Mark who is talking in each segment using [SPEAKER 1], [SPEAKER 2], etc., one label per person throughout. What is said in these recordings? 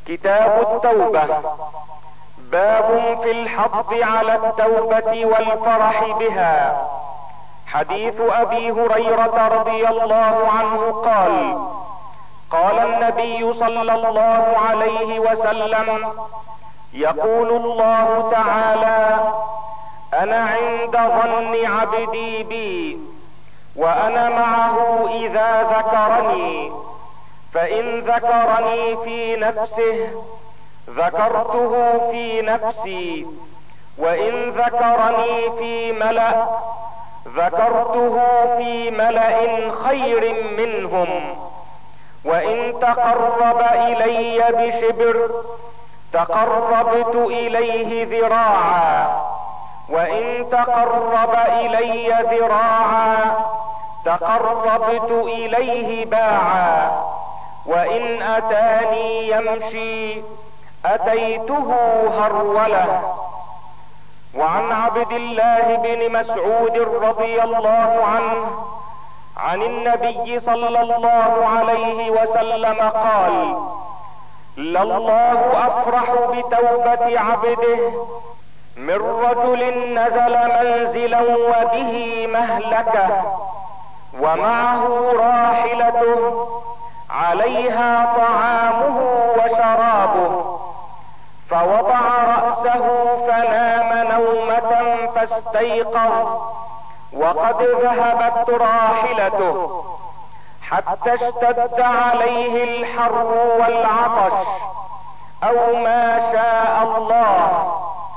[SPEAKER 1] كتاب التوبة. باب في الحض على التوبة والفرح بها. حديث ابي هريرة رضي الله عنه قال: قال النبي صلى الله عليه وسلم: يقول الله تعالى: انا عند ظن عبدي بي، وانا معه اذا ذكرني، فان ذكرني في نفسه ذكرته في نفسي، وان ذكرني في ملأ ذكرته في ملأ خير منهم، وان تقرب الي بشبر تقربت اليه ذراعا، وان تقرب الي ذراعا تقربت اليه باعا، وان اتاني يمشي اتيته هرولة. وعن عبد الله بن مسعود رضي الله عنه عن النبي صلى الله عليه وسلم قال: لله افرح بتوبة عبده من رجل نزل منزلا وبه مهلكة، ومعه راحلته عليها طعامه وشرابه، فوضع رأسه فنام نومة فاستيقظ وقد ذهبت راحلته، حتى اشتد عليه الحر والعطش او ما شاء الله،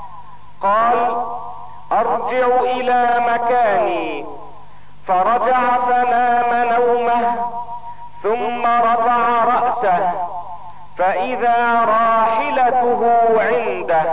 [SPEAKER 1] قال: ارجع الى مكاني، فرجع فنام نومه، ثم رفع رأسه فاذا راحلته عنده.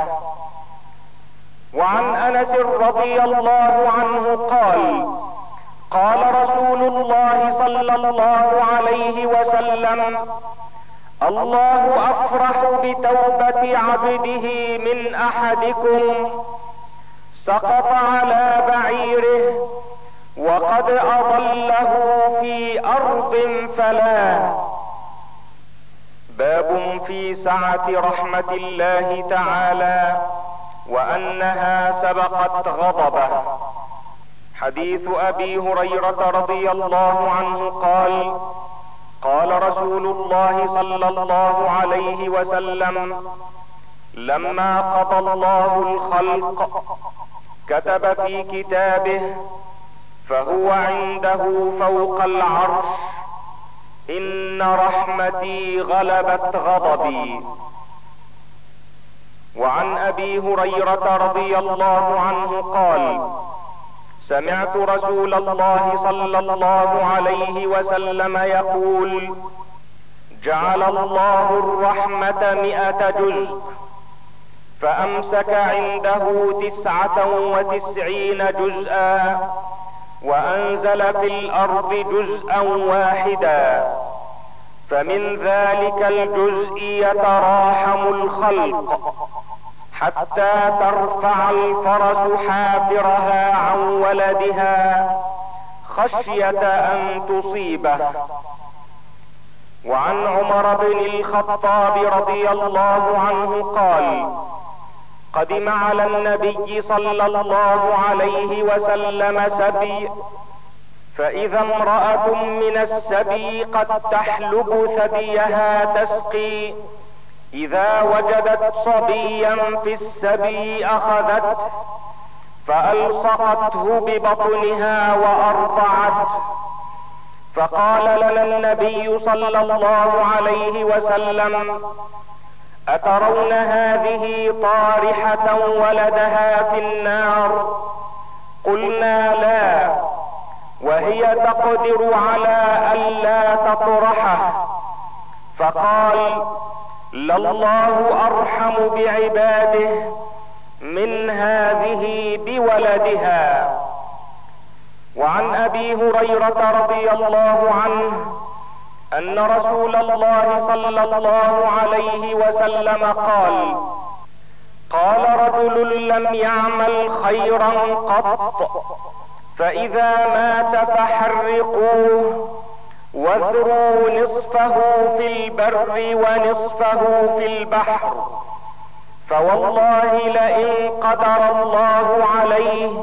[SPEAKER 1] وعن انس رضي الله عنه قال: قال رسول الله صلى الله عليه وسلم: الله افرح بتوبة عبده من احدكم سقط على بعيره وقد اضله في ارض فلاه. باب في سعة رحمة الله تعالى وانها سبقت غضبه. حديث ابي هريرة رضي الله عنه قال: قال رسول الله صلى الله عليه وسلم: لما قضى الله الخلق كتب في كتابه فهو عنده فوق العرش: ان رحمتي غلبت غضبي. وعن ابي هريرة رضي الله عنه قال: سمعت رسول الله صلى الله عليه وسلم يقول: جعل الله الرحمة 100 جزء، فامسك عنده 99 جزءا، وانزل في الارض جزءا واحدا، فمن ذلك الجزء يتراحم الخلق حتى ترفع الفرس حافرها عن ولدها خشية ان تصيبه. وعن عمر بن الخطاب رضي الله عنه قال: قدم على النبي صلى الله عليه وسلم سبي، فاذا امرأة من السبي قد تحلب ثديها تسقي، اذا وجدت صبيا في السبي اخذته فالصقته ببطنها وارضعته، فقال لنا النبي صلى الله عليه وسلم: اترون هذه طارحة ولدها في النار؟ قلنا لا، وهي تقدر على الا تطرحه. فقال: لله ارحم بعباده من هذه بولدها. وعن ابي هريرة رضي الله عنه ان رسول الله صلى الله عليه وسلم قال: قال رجل لم يعمل خيرا قط، فاذا مات فحرقوه واذروا نصفه في البر ونصفه في البحر، فوالله لئن قدر الله عليه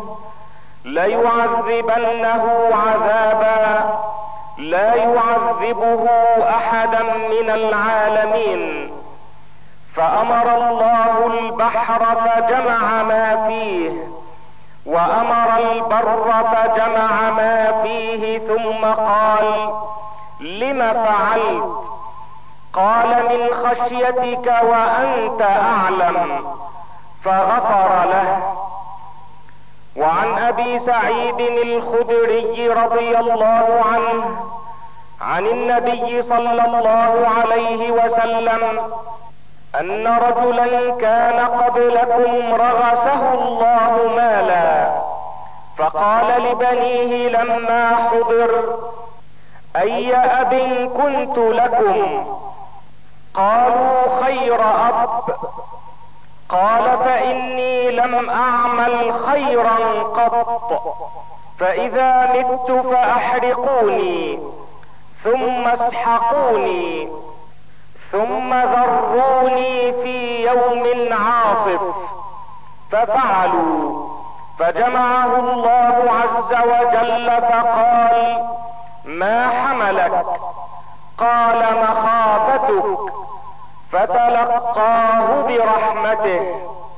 [SPEAKER 1] ليعذبنه عذابا لا يعذبه احدا من العالمين. فامر الله البحر فجمع ما فيه، وامر البر فجمع ما فيه، ثم قال: لم فعلت؟ قال: من خشيتك وانت اعلم، فغفر له. وعن ابي سعيد الخدري رضي الله عنه عن النبي صلى الله عليه وسلم ان رجلا كان قبلكم رغسه الله مالا، فقال لبنيه لما حضر: اي اب كنت لكم؟ قالوا: خير اب. قال: فاني لم اعمل خيرا قط، فاذا مت فاحرقوني ثم اسحقوني ثم ذروني في يوم عاصف. ففعلوا، فجمعه الله عز وجل فقال: ما حملك؟ قال: مخافتك. فتلقاه برحمته.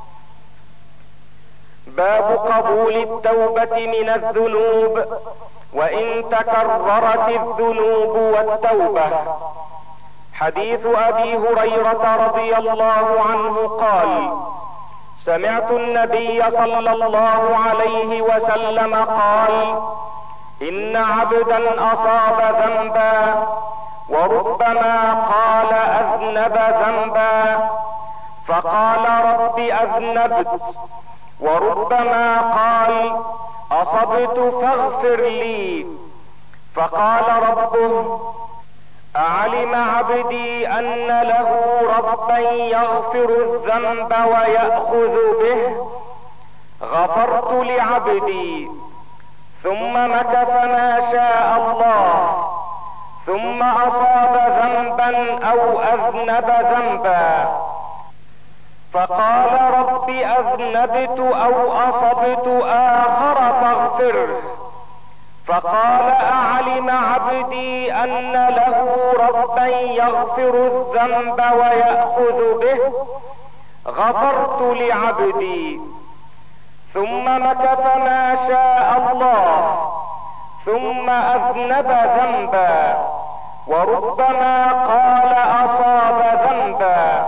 [SPEAKER 1] باب قبول التوبة من الذنوب وان تكررت الذنوب والتوبة. حديث ابي هريرة رضي الله عنه قال: سمعت النبي صلى الله عليه وسلم قال: ان عبدا اصاب ذنبا وربما قال اذنب ذنبا فقال: رب اذنبت، وربما قال: اصبت فاغفر لي، فقال ربه: اعلم عبدي ان له ربا يغفر الذنب ويأخذ به، غفرت لعبدي. ثم مكث ما شاء الله، ثم اصاب ذنبا او اذنب ذنبا، فقال: رب اذنبت او اصبت اخر فاغفره، فقال: اعلم عبدي ان له ربا يغفر الذنب ويأخذ به، غفرت لعبدي. ثم مكث ما شاء الله، ثم اذنب ذنبا، وربما قال اصاب ذنبا،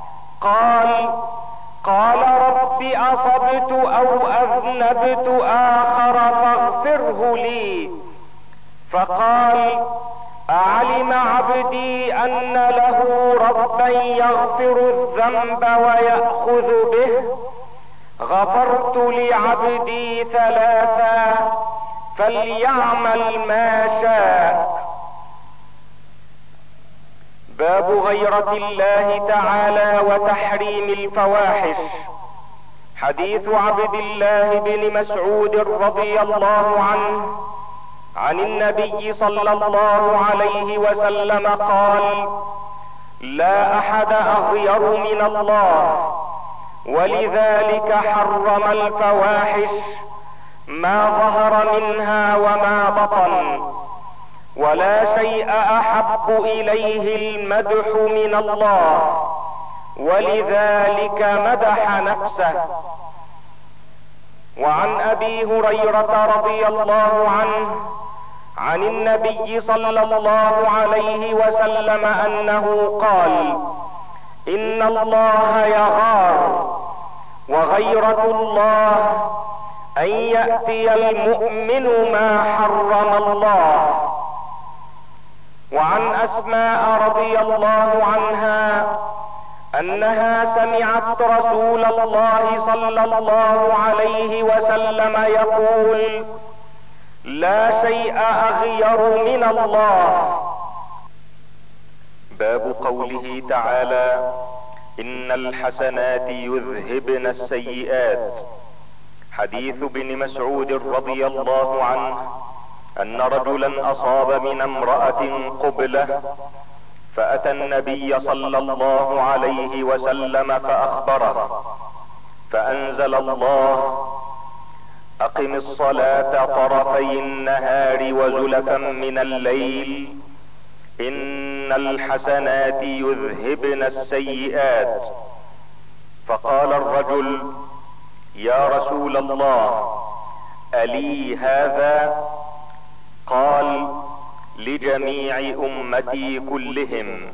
[SPEAKER 1] قال رب اصبت او اذنبت اخر فاغفره لي، فقال: اعلم عبدي ان له ربا يغفر الذنب ويأخذ به، غفرت لعبدي ثلاثا فليعمل ما شاء. باب غيرة الله تعالى وتحريم الفواحش. حديث عبد الله بن مسعود رضي الله عنه عن النبي صلى الله عليه وسلم قال: لا احد اغير من الله، ولذلك حرم الفواحش ما ظهر منها وما بطن، ولا شيء احب اليه المدح من الله، ولذلك مدح نفسه. وعن ابي هريرة رضي الله عنه عن النبي صلى الله عليه وسلم انه قال: ان الله يغار، وغيرة الله ان يأتي المؤمن ما حرم الله. وعن اسماء رضي الله عنها انها سمعت رسول الله صلى الله عليه وسلم يقول: لا شيء اغير من الله. باب قوله تعالى: ان الحسنات يذهبن السيئات. حديث ابن مسعود رضي الله عنه ان رجلا اصاب من امرأة قبلة، فاتى النبي صلى الله عليه وسلم فاخبره، فانزل الله: اقم الصلاة طرفي النهار وزلفا من الليل، ان الحسنات يذهبن السيئات. فقال الرجل: يا رسول الله، الي هذا؟ قال: لجميع امتي كلهم.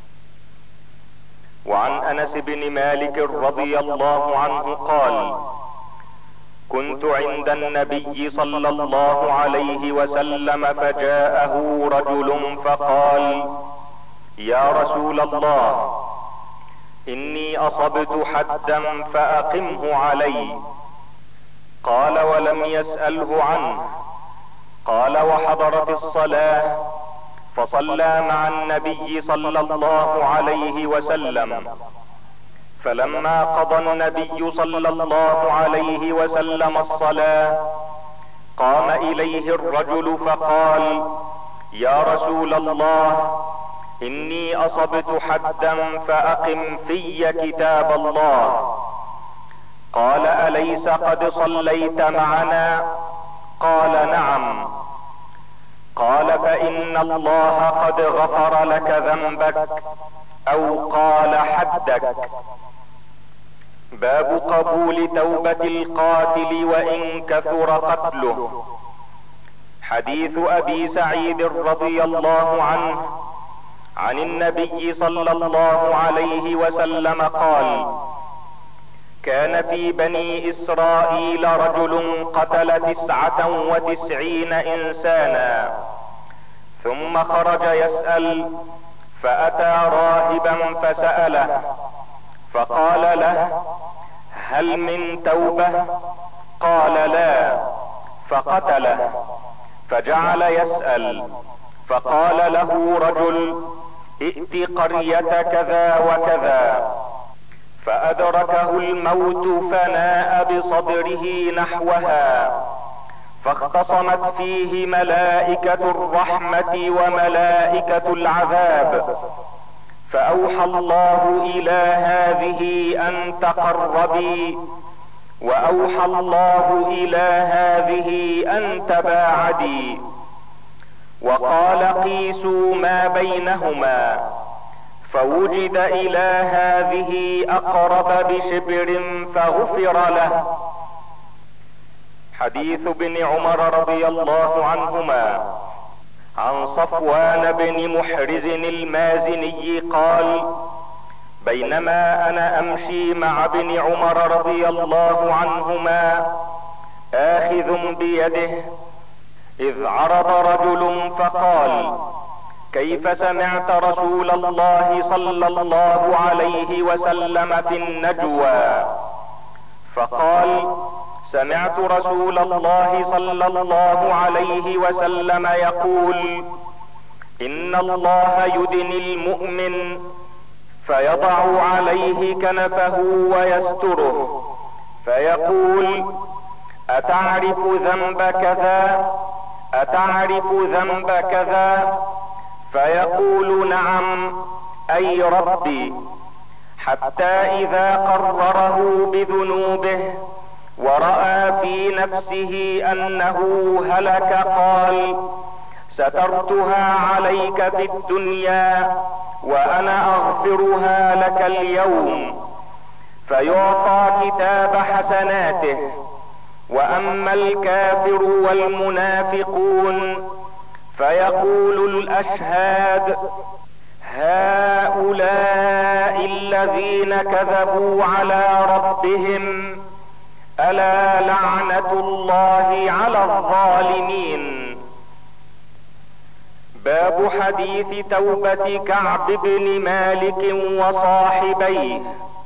[SPEAKER 1] وعن انس بن مالك رضي الله عنه قال: كنت عند النبي صلى الله عليه وسلم فجاءه رجل فقال: يا رسول الله، اني اصبت حدا فاقمه علي. قال: ولم يسأله عنه. قال: وحضرت الصلاة فصلى مع النبي صلى الله عليه وسلم، فلما قضى النبي صلى الله عليه وسلم الصلاة قام اليه الرجل فقال: يا رسول الله، اني اصبت حدا فاقم في كتاب الله. قال: اليس قد صليت معنا؟ قال: نعم. قال: فان الله قد غفر لك ذنبك، او قال حدك. باب قبول توبة القاتل وان كثر قتله. حديث ابي سعيد رضي الله عنه عن النبي صلى الله عليه وسلم قال: كان في بني اسرائيل رجل قتل 99 انسانا، ثم خرج يسأل، فاتى راهبا فسأله، فقال له: هل من توبة؟ قال: لا. فقتله. فجعل يسأل، فقال له رجل: ائت قرية كذا وكذا. فادركه الموت فناء بصدره نحوها، فاختصمت فيه ملائكة الرحمة وملائكة العذاب، فاوحى الله الى هذه ان تقربي، واوحى الله الى هذه ان تباعدي، وقال: قيسوا ما بينهما، فوجد الى هذه اقرب بشبر فغفر له. حديث ابن عمر رضي الله عنهما عن صفوان بن محرز المازني قال: بينما انا امشي مع ابن عمر رضي الله عنهما اخذ بيده، اذ عرض رجل فقال: كيف سمعت رسول الله صلى الله عليه وسلم في النجوى؟ فقال: سمعت رسول الله صلى الله عليه وسلم يقول: ان الله يدني المؤمن فيضع عليه كنفه ويستره، فيقول: اتعرف ذنب كذا؟ اتعرف ذنب كذا؟ فيقول: نعم اي ربي. حتى اذا قرره بذنوبه ورأى في نفسه انه هلك قال: سترتها عليك في الدنيا وانا اغفرها لك اليوم. فيعطى كتاب حسناته. واما الكافر والمنافقون فيقول الاشهاد: هؤلاء الذين كذبوا على ربهم، الا لعنة الله على الظالمين. باب حديث توبة كعب بن مالك وصاحبيه.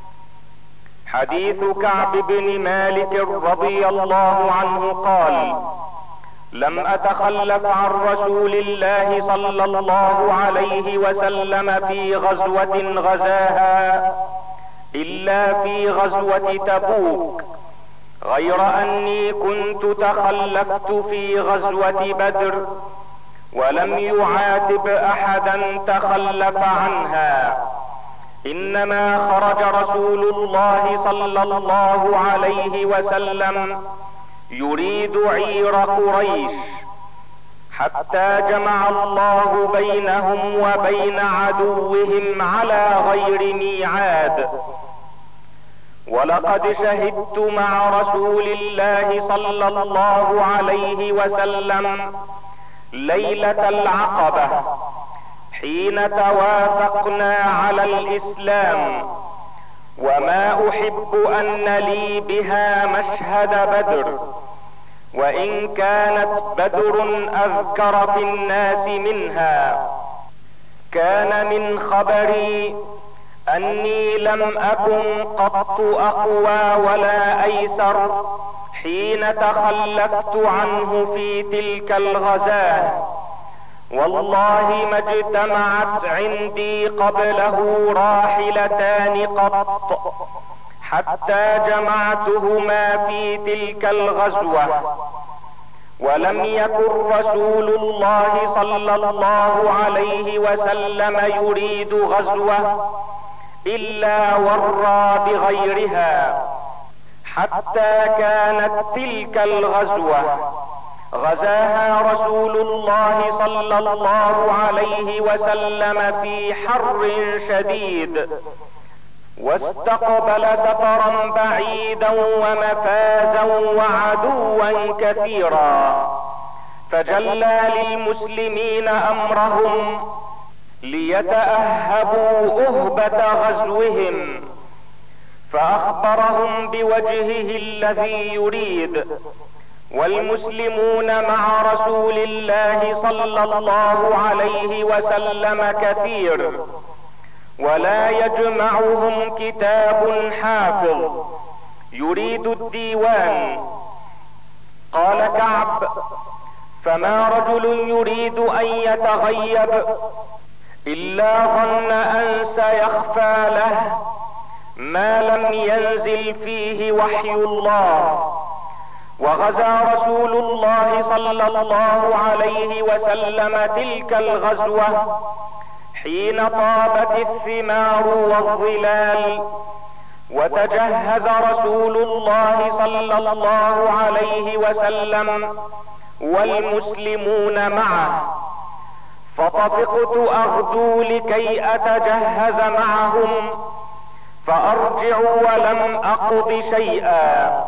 [SPEAKER 1] حديث كعب بن مالك رضي الله عنه قال: لم اتخلف عن رسول الله صلى الله عليه وسلم في غزوة غزاها الا في غزوة تبوك، غير اني كنت تخلفت في غزوة بدر، ولم يعاتب احدا تخلف عنها، انما خرج رسول الله صلى الله عليه وسلم يريد عير قريش، حتى جمع الله بينهم وبين عدوهم على غير ميعاد. ولقد شهدت مع رسول الله صلى الله عليه وسلم ليلة العقبة حين توافقنا على الاسلام، وما احب ان لي بها مشهد بدر، وان كانت بدر اذكر في الناس منها. كان من خبري اني لم اكن قط اقوى ولا ايسر حين تخلفت عنه في تلك الغزاة، والله ما اجتمعت عندي قبله راحلتان قط حتى جمعتهما في تلك الغزوة. ولم يكن رسول الله صلى الله عليه وسلم يريد غزوة الا ورى بغيرها، حتى كانت تلك الغزوة غزاها رسول الله صلى الله عليه وسلم في حر شديد، واستقبل سفرا بعيدا ومفازا وعدوا كثيرا، فجلى للمسلمين امرهم ليتأهبوا أهبة غزوهم، فأخبرهم بوجهه الذي يريد، والمسلمون مع رسول الله صلى الله عليه وسلم كثير، ولا يجمعهم كتاب حافظ يريد الديوان. قال كعب: فما رجل يريد ان يتغيب الا ظن ان سيخفى له ما لم ينزل فيه وحي الله. وغزا رسول الله صلى الله عليه وسلم تلك الغزوة حين طابت الثمار والظلال، وتجهز رسول الله صلى الله عليه وسلم والمسلمون معه، فطفقت اغدو لكي اتجهز معهم، فارجع ولم اقض شيئا،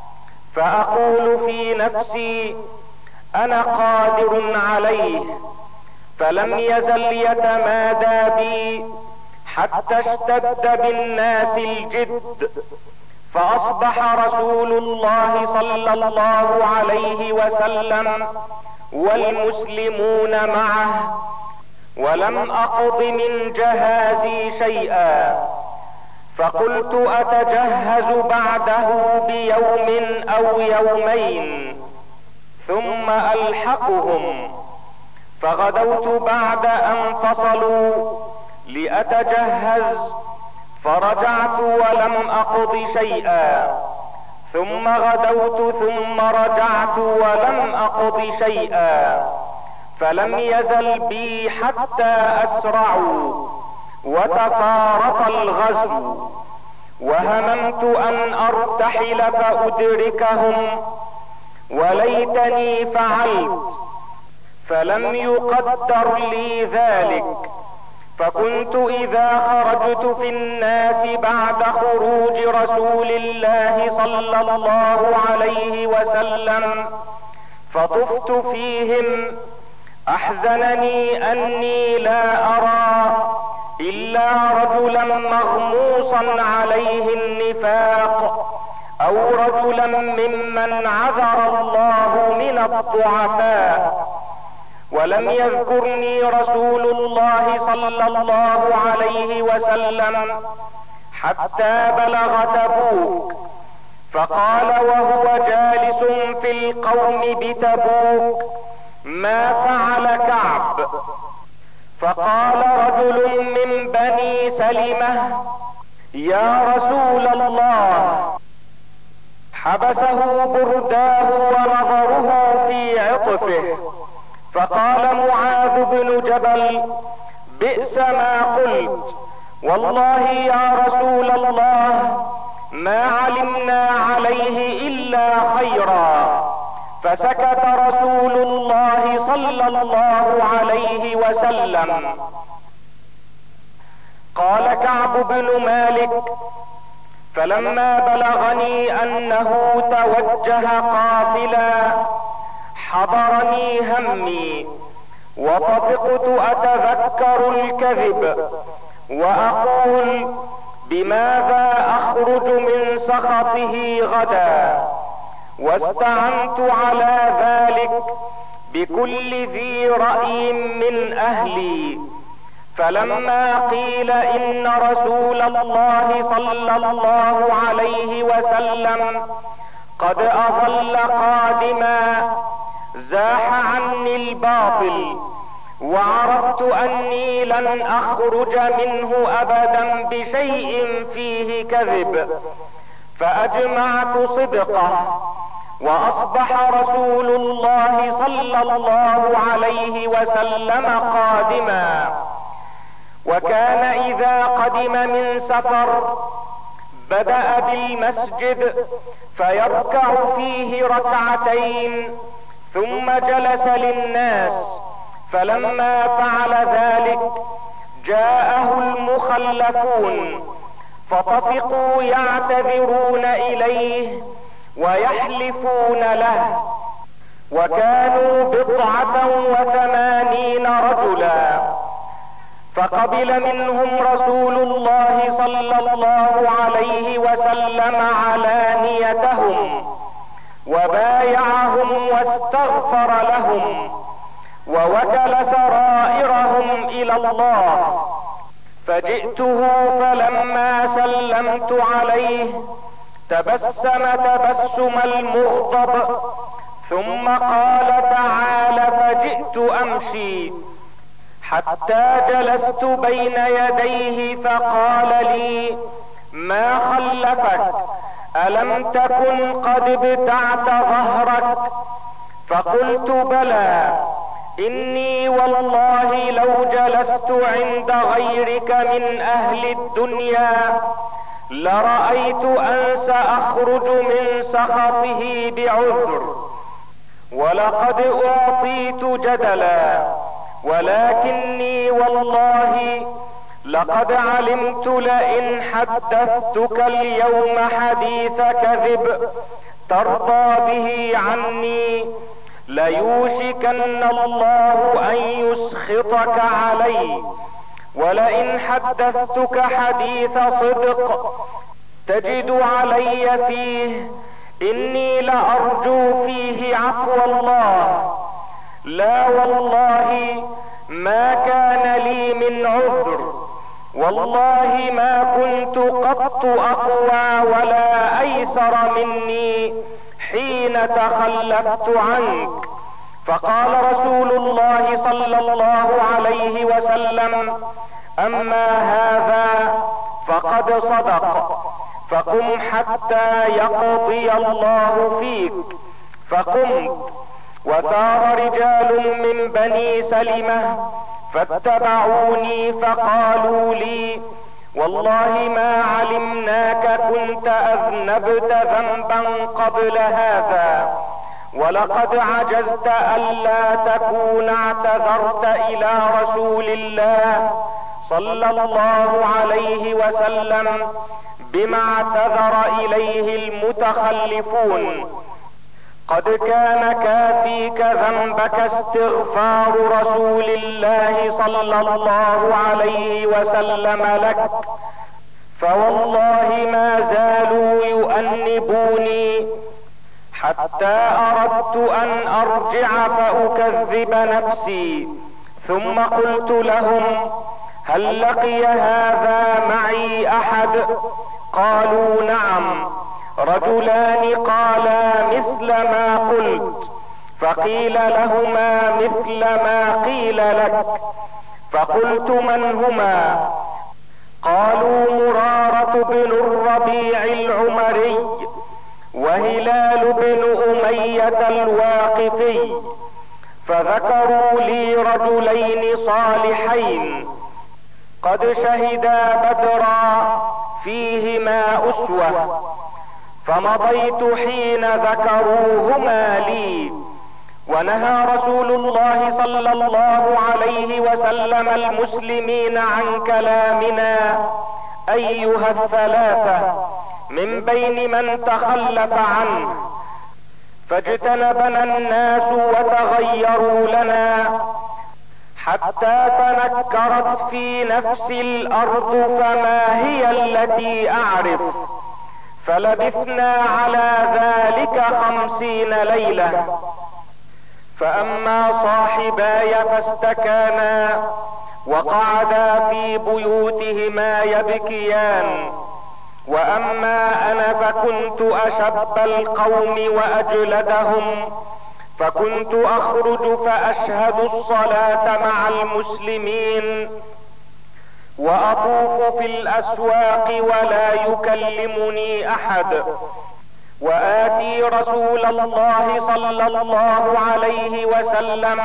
[SPEAKER 1] فاقول في نفسي: انا قادر عليه. فلم يزل يتمادى بي حتى اشتد بالناس الجد، فاصبح رسول الله صلى الله عليه وسلم والمسلمون معه، ولم اقض من جهازي شيئا، فقلت اتجهز بعده بيوم او يومين ثم الحقهم. فغدوت بعد ان فصلوا لاتجهز، فرجعت ولم اقض شيئا، ثم غدوت ثم رجعت ولم اقض شيئا، فلم يزل بي حتى اسرعوا وتفارق الغزو، وهممت ان ارتحل فادركهم، وليتني فعلت، فلم يقدر لي ذلك. فكنت اذا خرجت في الناس بعد خروج رسول الله صلى الله عليه وسلم فطفت فيهم، احزنني اني لا ارى الا رجلا مغموصا عليه النفاق، او رجلا ممن عذر الله من الضعفاء. ولم يذكرني رسول الله صلى الله عليه وسلم حتى بلغ تبوك، فقال وهو جالس في القوم بتبوك: ما فعل كعب؟ فقال رجل من بني سلمة: يا رسول الله، حبسه برداه ونظره في عطفه، فقال معاذ بن جبل: بئس ما قلت، والله يا رسول الله ما علمنا عليه الا خيرا. فسكت رسول الله صلى الله عليه وسلم. قال كعب بن مالك: فلما بلغني انه توجه قافلا حضرني همي، وطفقت اتذكر الكذب واقول: بماذا اخرج من سخطه غدا؟ واستعنت على ذلك بكل ذي رأي من اهلي. فلما قيل ان رسول الله صلى الله عليه وسلم قد اظل قادما زاح عني الباطل، وعرفت اني لن اخرج منه ابدا بشيء فيه كذب، فاجمعت صدقه. واصبح رسول الله صلى الله عليه وسلم قادما، وكان اذا قدم من سفر بدأ بالمسجد فيركع فيه ركعتين ثم جلس للناس. فلما فعل ذلك جاءه المخلفون فطفقوا يعتذرون اليه ويحلفون له، وكانوا 89 رجلا. فقبل منهم رسول الله صلى الله عليه وسلم علانيتهم وبايعهم واستغفر لهم ووكل سرائرهم الى الله. فجئته فلما سلمت عليه تبسم تبسم المغضب، ثم قال: تعال. فجئت امشي حتى جلست بين يديه فقال لي: ما خلفك؟ الم تكن قد ابتعت ظهرك؟ فقلت: بلى، اني والله لو جلست عند غيرك من اهل الدنيا لرأيت ان ساخرج من سخطه بعذر، ولقد اعطيت جدلا، ولكني والله لقد علمت لئن حدثتك اليوم حديث كذب ترضى به عني ليوشكن الله ان يسخطك علي، ولئن حدثتك حديث صدق تجد علي فيه اني لارجو فيه عفو الله. لا والله ما كان لي من عذر، والله ما كنت قط اقوى ولا ايسر مني حين تخلفت عنك. فقال رسول الله صلى الله عليه وسلم: اما هذا فقد صدق، فقم حتى يقضي الله فيك. فقمت، وثار رجال من بني سلمة فاتبعوني فقالوا لي: والله ما علمناك كنت اذنبت ذنبا قبل هذا، ولقد عجزت الا تكون اعتذرت الى رسول الله صلى الله عليه وسلم بما اعتذر اليه المتخلفون. قد كان كافيك ذنبك استغفار رسول الله صلى الله عليه وسلم لك، فوالله ما زالوا يؤنبوني حتى اردت ان ارجع فاكذب نفسي. ثم قلت لهم: هل لقي هذا معي احد؟ قالوا: نعم. رجلان قالا مثل ما قلت، فقيل لهما مثل ما قيل لك. فقلت: من هما؟ قالوا: مرارة بن الربيع العمري، وهي رواية الواقفي، فذكروا لي رجلين صالحين قد شهدا بدرا فيهما أسوة، فمضيت حين ذكروهما لي. ونهى رسول الله صلى الله عليه وسلم المسلمين عن كلامنا ايها الثلاثة من بين من تخلف عنه، فاجتنبنا الناس وتغيروا لنا حتى تنكرت في نفسي الارض فما هي التي اعرف، فلبثنا على ذلك 50 ليلة. فاما صاحباي فاستكانا وقعدا في بيوتهما يبكيان، واما انا فكنت اشب القوم واجلدهم، فكنت اخرج فاشهد الصلاة مع المسلمين واطوف في الاسواق ولا يكلمني احد، واتي رسول الله صلى الله عليه وسلم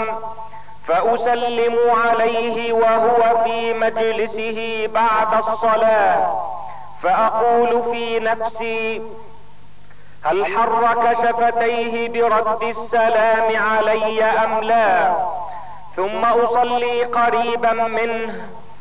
[SPEAKER 1] فاسلم عليه وهو في مجلسه بعد الصلاة، فاقول في نفسي هل حرك شفتيه برد السلام علي ام لا، ثم اصلي قريبا منه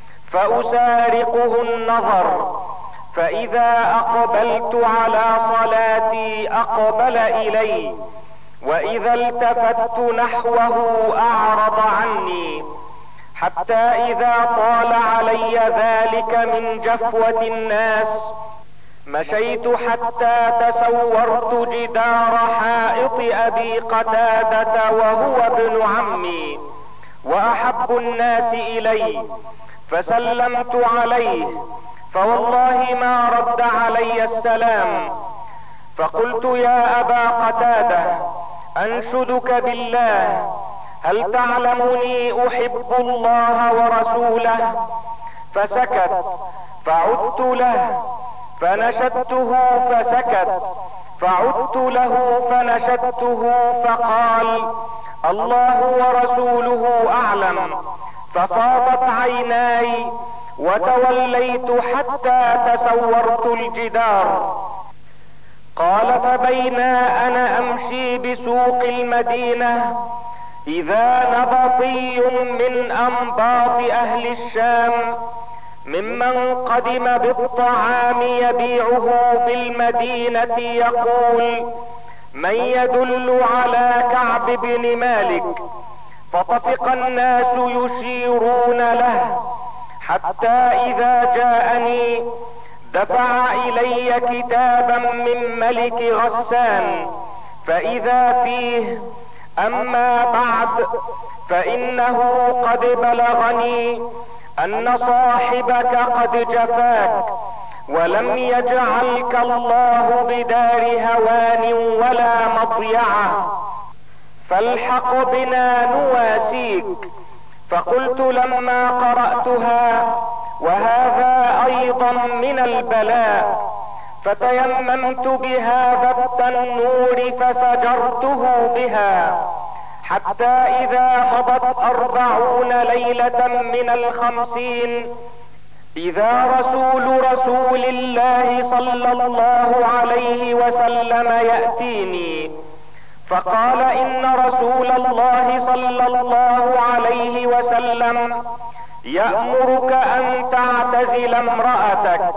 [SPEAKER 1] فاسارقه النظر، فاذا اقبلت على صلاتي اقبل الي، واذا التفت نحوه اعرض عني، حتى اذا طال علي ذلك من جفوة الناس مشيت حتى تسورت جدار حائط ابي قتادة وهو ابن عمي واحب الناس الي، فسلمت عليه فوالله ما رد علي السلام، فقلت يا ابا قتادة انشدك بالله هل تعلمني احب الله ورسوله، فسكت، فعدت له فنشدته فسكت، فعدت له فنشدته فقال الله ورسوله اعلم، ففاضت عيناي وتوليت حتى تسورت الجدار. قال فبينا انا امشي بسوق المدينة اذا نبطي من انباط اهل الشام ممن قدم بالطعام يبيعه بالمدينة يقول من يدل على كعب بن مالك، فطفق الناس يشيرون له حتى اذا جاءني دفع الي كتابا من ملك غسان، فاذا فيه اما بعد فانه قد بلغني ان صاحبك قد جفاك ولم يجعلك الله بدار هوان ولا مضيعة، فالحق بنا نواسيك. فقلت لما قرأتها وهذا ايضا من البلاء، فتيممت بهذا التنور فسجرته بها، حتى اذا مضت 40 ليلة من 50 اذا رسول الله صلى الله عليه وسلم يأتيني فقال ان رسول الله صلى الله عليه وسلم يأمرك ان تعتزل امرأتك.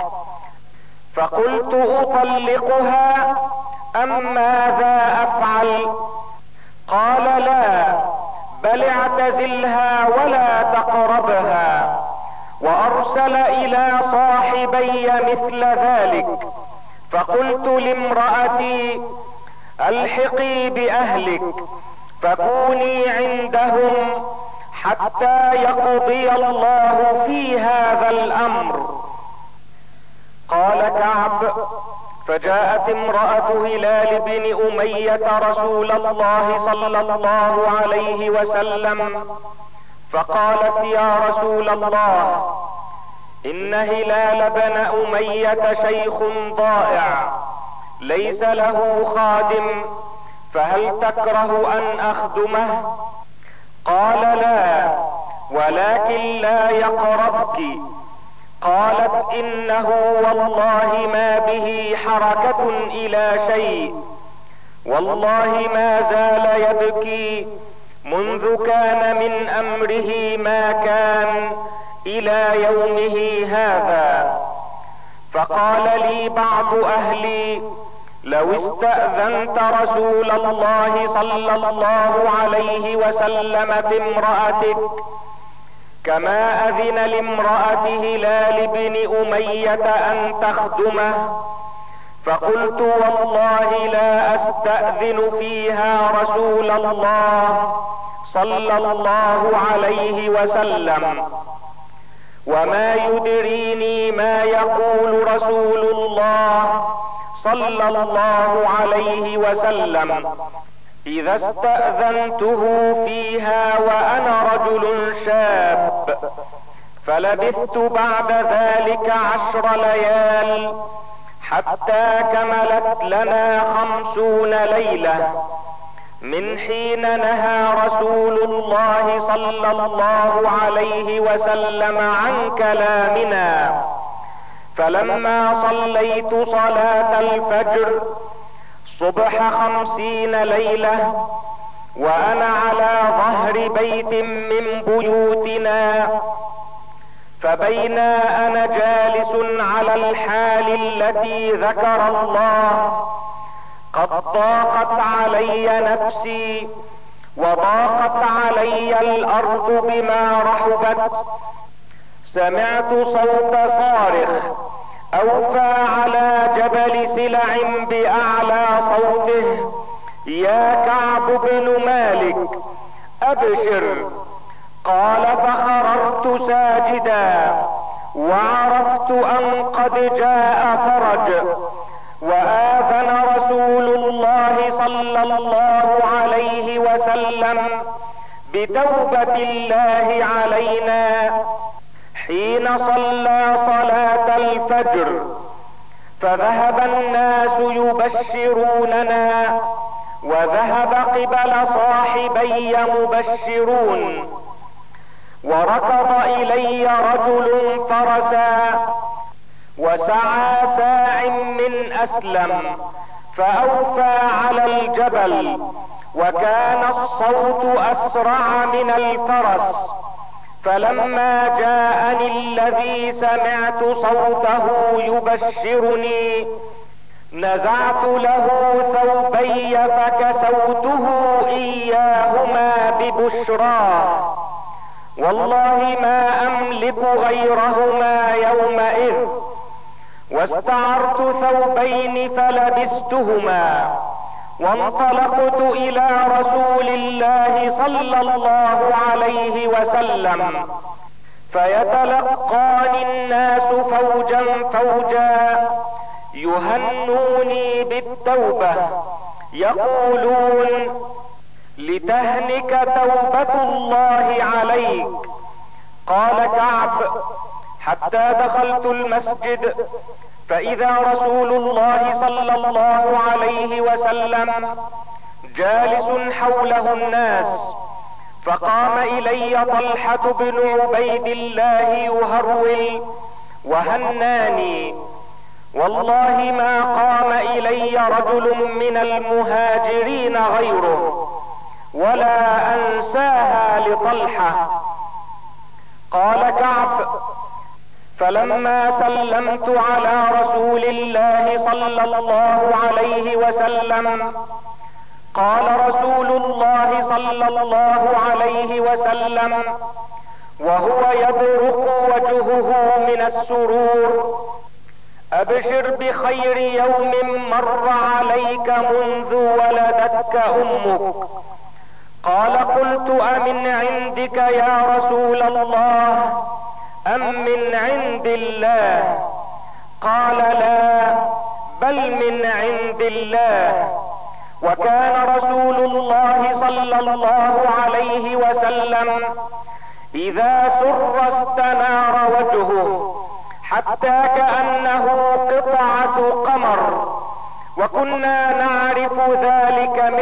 [SPEAKER 1] فقلت اطلقها ام ماذا افعل؟ قال لا بل اعتزلها ولا تقربها، وارسل الى صاحبي مثل ذلك. فقلت لامرأتي الحقي باهلك فكوني عندهم حتى يقضي الله في هذا الامر. قال كعب فجاءت امرأة هلال بن أمية رسول الله صلى الله عليه وسلم فقالت يا رسول الله ان هلال بن أمية شيخ ضائع ليس له خادم، فهل تكره ان اخدمه؟ قال لا، ولكن لا يقربك. قالت انه والله ما به حركة الى شيء، والله ما زال يبكي منذ كان من امره ما كان الى يومه هذا. فقال لي بعض اهلي: لو استأذنت رسول الله صلى الله عليه وسلم في امرأتك كما اذن لامرأة هلال بن امية ان تخدمه. فقلت: والله لا استأذن فيها رسول الله صلى الله عليه وسلم، وما يدريني ما يقول رسول الله صلى الله عليه وسلم اذا استأذنته فيها وانا رجل شاب. فلبثت بعد ذلك 10 ليال حتى كملت لنا 50 ليلة من حين نهى رسول الله صلى الله عليه وسلم عن كلامنا. فلما صليت صلاة الفجر صبح 50 ليلة وانا على ظهر بيت من بيوتنا، فبينا انا جالس على الحال التي ذكر الله قد ضاقت علي نفسي وضاقت علي الارض بما رحبت، سمعت صوت صارخ اوفى على جبل سلع باعلى صوته: يا كعب بن مالك ابشر. قال: فخررت ساجدا وعرفت ان قد جاء فرج، واذن رسول الله صلى الله عليه وسلم بتوبة الله علينا حين صلى صلاة الفجر. فذهب الناس يبشروننا وذهب قبل صاحبي مبشرون، وركض الي رجل فرسا وسعى ساع من اسلم فاوفى على الجبل، وكان الصوت اسرع من الفرس. فلما جاءني الذي سمعت صوته يبشرني نزعت له ثوبي فكسوته اياهما ببشراه، والله ما املك غيرهما يومئذ، واستعرت ثوبين فلبستهما، وانطلقت الى رسول الله صلى الله عليه وسلم، فيتلقاني الناس فوجا فوجا يهنوني بالتوبة يقولون: لتهنك توبة الله عليك. قال كعب: حتى دخلت المسجد فاذا رسول الله صلى الله عليه وسلم جالس حوله الناس، فقام الي طلحة بن عبيد الله يهرول وهناني، والله ما قام الي رجل من المهاجرين غيره، ولا انساها لطلحة. قال كعب: فلما سلمت على رسول الله صلى الله عليه وسلم قال رسول الله صلى الله عليه وسلم وهو يبرق وجهه من السرور: ابشر بخير يوم مر عليك منذ ولدتك امك. قال: قلت: امن عندك يا رسول الله ام من عند الله؟ قال: لا، بل من عند الله. وكان رسول الله صلى الله عليه وسلم اذا سر استنار وجهه حتى كأنه قطعة قمر، وكنا نعرف ذلك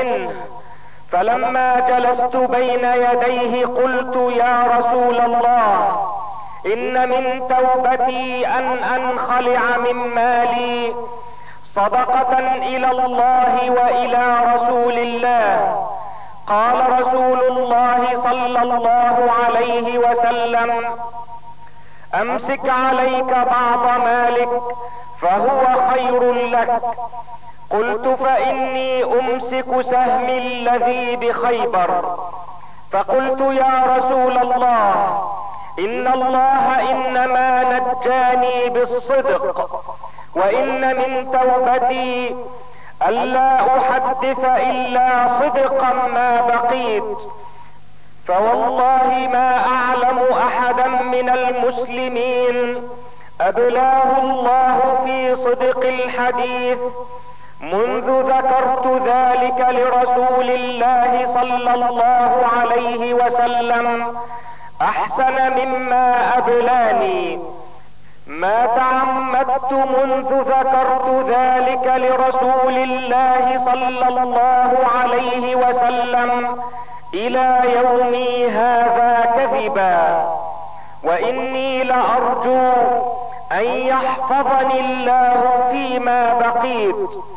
[SPEAKER 1] منه، فلما جلست بين يديه قلت: يا رسول الله، ان من توبتي ان انخلع من مالي صدقة الى الله والى رسول الله. قال رسول الله صلى الله عليه وسلم: امسك عليك بعض مالك فهو خير لك. قلت: فاني امسك سهمي الذي بخيبر. فقلت: يا رسول الله، ان الله انما نجاني بالصدق، وان من توبتي الا احدث الا صدقا ما بقيت. فوالله ما اعلم احدا من المسلمين ابلاه الله في صدق الحديث منذ ذكرت ذلك لرسول الله صلى الله عليه وسلم احسن مما ابلاني. ما تعمدت منذ ذكرت ذلك لرسول الله صلى الله عليه وسلم الى يومي هذا كذبا، واني لارجو ان يحفظني الله فيما بقيت.